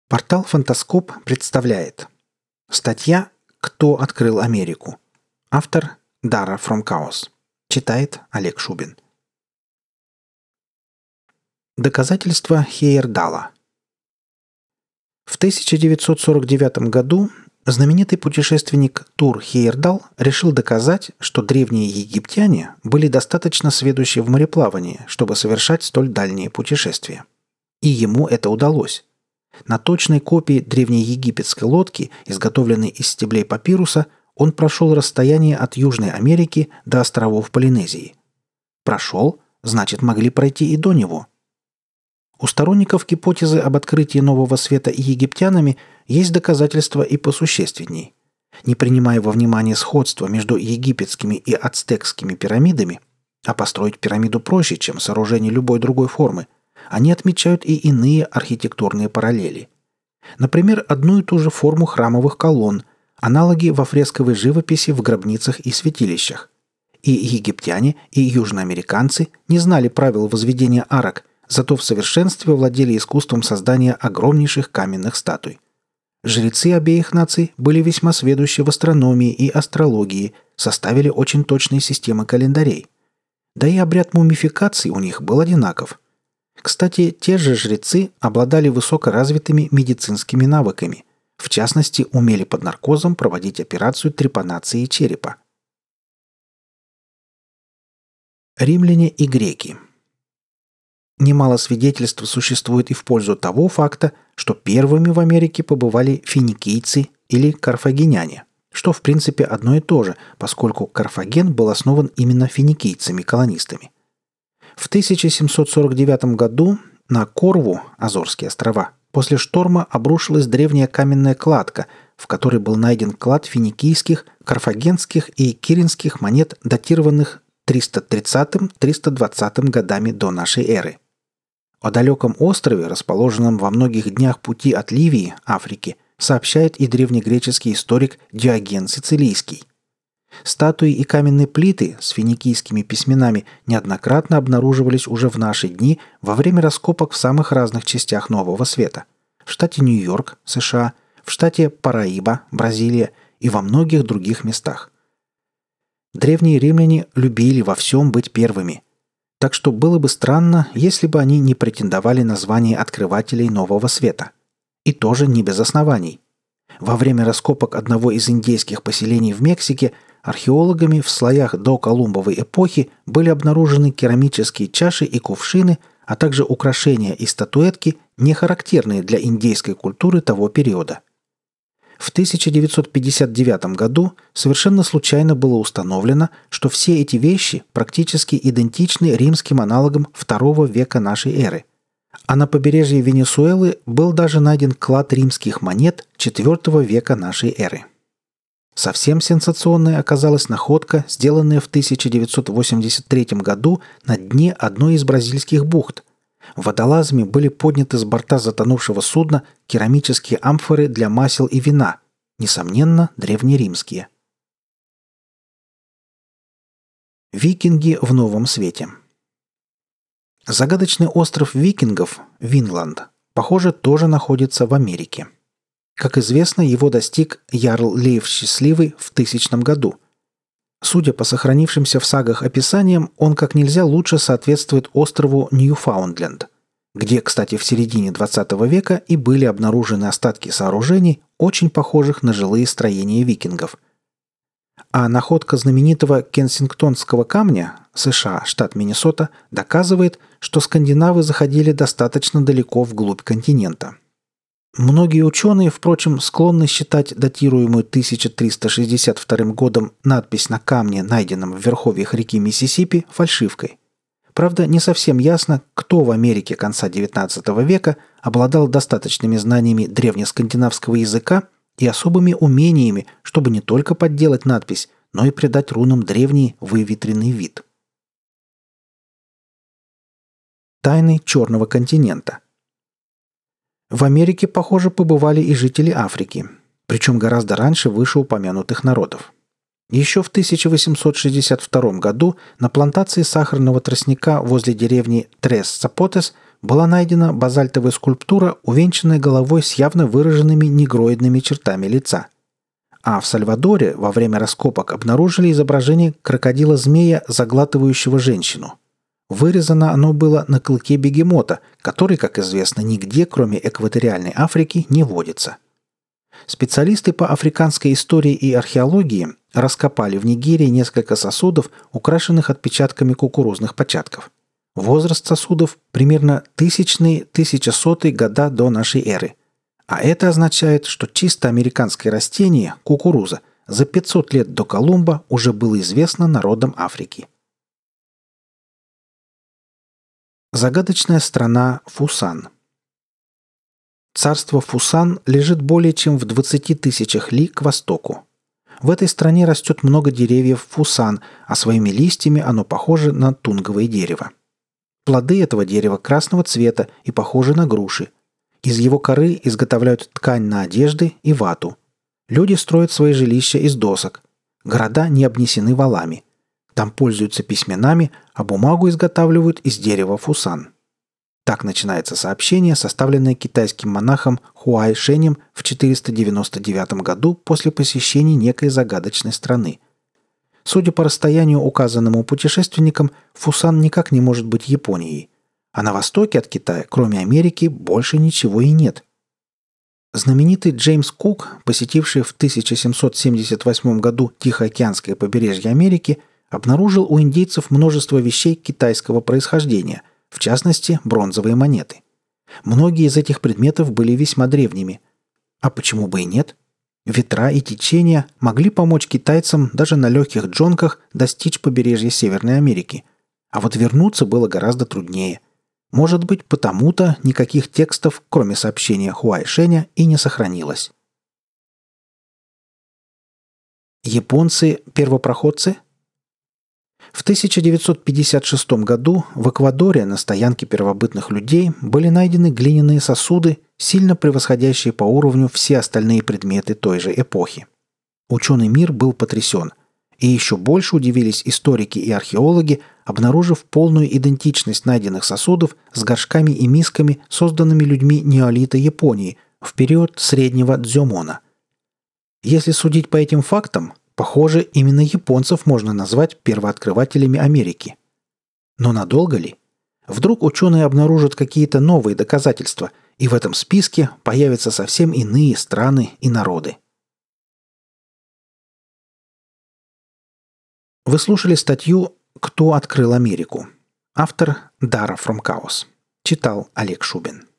Портал «Фантаскоп» представляет. Статья «Кто открыл Америку?». Автор Dara from Chaos. Читает Олег Шубин. Доказательства Хейердала. В 1949 году знаменитый путешественник Тур Хейердал решил доказать, что древние египтяне были достаточно сведущи в мореплавании, чтобы совершать столь дальние путешествия. И ему это удалось. На точной копии древнеегипетской лодки, изготовленной из стеблей папируса, он прошел расстояние от Южной Америки до островов Полинезии. Прошел, значит, могли пройти и до него. У сторонников гипотезы об открытии Нового Света египтянами есть доказательства и посущественней. Не принимая во внимание сходство между египетскими и ацтекскими пирамидами, а построить пирамиду проще, чем сооружение любой другой формы, они отмечают и иные архитектурные параллели. Например, одну и ту же форму храмовых колонн, аналоги во фресковой живописи в гробницах и святилищах. И египтяне, и южноамериканцы не знали правил возведения арок, зато в совершенстве владели искусством создания огромнейших каменных статуй. Жрецы обеих наций были весьма сведущи в астрономии и астрологии, составили очень точные системы календарей. Да и обряд мумификации у них был одинаков. Кстати, те же жрецы обладали высокоразвитыми медицинскими навыками. В частности, умели под наркозом проводить операцию трепанации черепа. Римляне и греки. Немало свидетельств существует и в пользу того факта, что первыми в Америке побывали финикийцы или карфагеняне, что в принципе одно и то же, поскольку Карфаген был основан именно финикийцами-колонистами. В 1749 году на Корву, Азорские острова, после шторма обрушилась древняя каменная кладка, в которой был найден клад финикийских, карфагенских и киринских монет, датированных 330-320 годами до нашей эры. О далеком острове, расположенном во многих днях пути от Ливии, Африки, сообщает и древнегреческий историк Диоген Сицилийский. Статуи и каменные плиты с финикийскими письменами неоднократно обнаруживались уже в наши дни во время раскопок в самых разных частях Нового Света. В штате Нью-Йорк, США, в штате Параиба, Бразилия и во многих других местах. Древние римляне любили во всем быть первыми. Так что было бы странно, если бы они не претендовали на звание открывателей Нового Света. И тоже не без оснований. Во время раскопок одного из индейских поселений в Мексике археологами в слоях доколумбовой эпохи были обнаружены керамические чаши и кувшины, а также украшения и статуэтки, не характерные для индейской культуры того периода. В 1959 году совершенно случайно было установлено, что все эти вещи практически идентичны римским аналогам II века нашей эры. А на побережье Венесуэлы был даже найден клад римских монет IV века нашей эры. Совсем сенсационной оказалась находка, сделанная в 1983 году на дне одной из бразильских бухт. Водолазами были подняты с борта затонувшего судна керамические амфоры для масел и вина, несомненно, древнеримские. Викинги в Новом Свете. Загадочный остров викингов, Винланд, похоже, тоже находится в Америке. Как известно, его достиг Ярл Лейф Счастливый в 1000 году. Судя по сохранившимся в сагах описаниям, он как нельзя лучше соответствует острову Ньюфаундленд, где, кстати, в середине 20 века и были обнаружены остатки сооружений, очень похожих на жилые строения викингов. А находка знаменитого Кенсингтонского камня, США, штат Миннесота, доказывает, что скандинавы заходили достаточно далеко вглубь континента. Многие ученые, впрочем, склонны считать датируемую 1362 годом надпись на камне, найденном в верховьях реки Миссисипи, фальшивкой. Правда, не совсем ясно, кто в Америке конца XIX века обладал достаточными знаниями древнескандинавского языка и особыми умениями, чтобы не только подделать надпись, но и придать рунам древний выветренный вид. Тайны Черного континента. В Америке, похоже, побывали и жители Африки, причем гораздо раньше вышеупомянутых народов. Еще в 1862 году на плантации сахарного тростника возле деревни Трес-Сапотес была найдена базальтовая скульптура, увенчанная головой с явно выраженными негроидными чертами лица. А в Сальвадоре во время раскопок обнаружили изображение крокодила-змея, заглатывающего женщину. Вырезано оно было на клыке бегемота, который, как известно, нигде, кроме экваториальной Африки, не водится. Специалисты по африканской истории и археологии раскопали в Нигерии несколько сосудов, украшенных отпечатками кукурузных початков. Возраст сосудов примерно 1000-1100 года до нашей эры. А это означает, что чисто американское растение, кукуруза, за 500 лет до Колумба уже было известно народам Африки. Загадочная страна Фусан. Царство Фусан лежит более чем в 20 тысячах ли к востоку. В этой стране растет много деревьев фусан, а своими листьями оно похоже на тунговое дерево. Плоды этого дерева красного цвета и похожи на груши. Из его коры изготовляют ткань на одежды и вату. Люди строят свои жилища из досок. Города не обнесены валами. Там пользуются письменами, а бумагу изготавливают из дерева фусан. Так начинается сообщение, составленное китайским монахом Хуай Шенем в 499 году после посещения некой загадочной страны. Судя по расстоянию, указанному путешественникам, Фусан никак не может быть Японией. А на востоке от Китая, кроме Америки, больше ничего и нет. Знаменитый Джеймс Кук, посетивший в 1778 году Тихоокеанское побережье Америки, обнаружил у индейцев множество вещей китайского происхождения, в частности, бронзовые монеты. Многие из этих предметов были весьма древними. А почему бы и нет? Ветра и течения могли помочь китайцам даже на легких джонках достичь побережья Северной Америки. А вот вернуться было гораздо труднее. Может быть, потому-то никаких текстов, кроме сообщения Хуай Шэня, и не сохранилось. Японцы – первопроходцы? В 1956 году в Эквадоре на стоянке первобытных людей были найдены глиняные сосуды, сильно превосходящие по уровню все остальные предметы той же эпохи. Ученый мир был потрясен. И еще больше удивились историки и археологи, обнаружив полную идентичность найденных сосудов с горшками и мисками, созданными людьми неолита Японии в период среднего дзёмона. Если судить по этим фактам, похоже, именно японцев можно назвать первооткрывателями Америки. Но надолго ли? Вдруг ученые обнаружат какие-то новые доказательства, и в этом списке появятся совсем иные страны и народы. Вы слушали статью «Кто открыл Америку?». Автор Dara from Chaos. Читал Олег Шубин.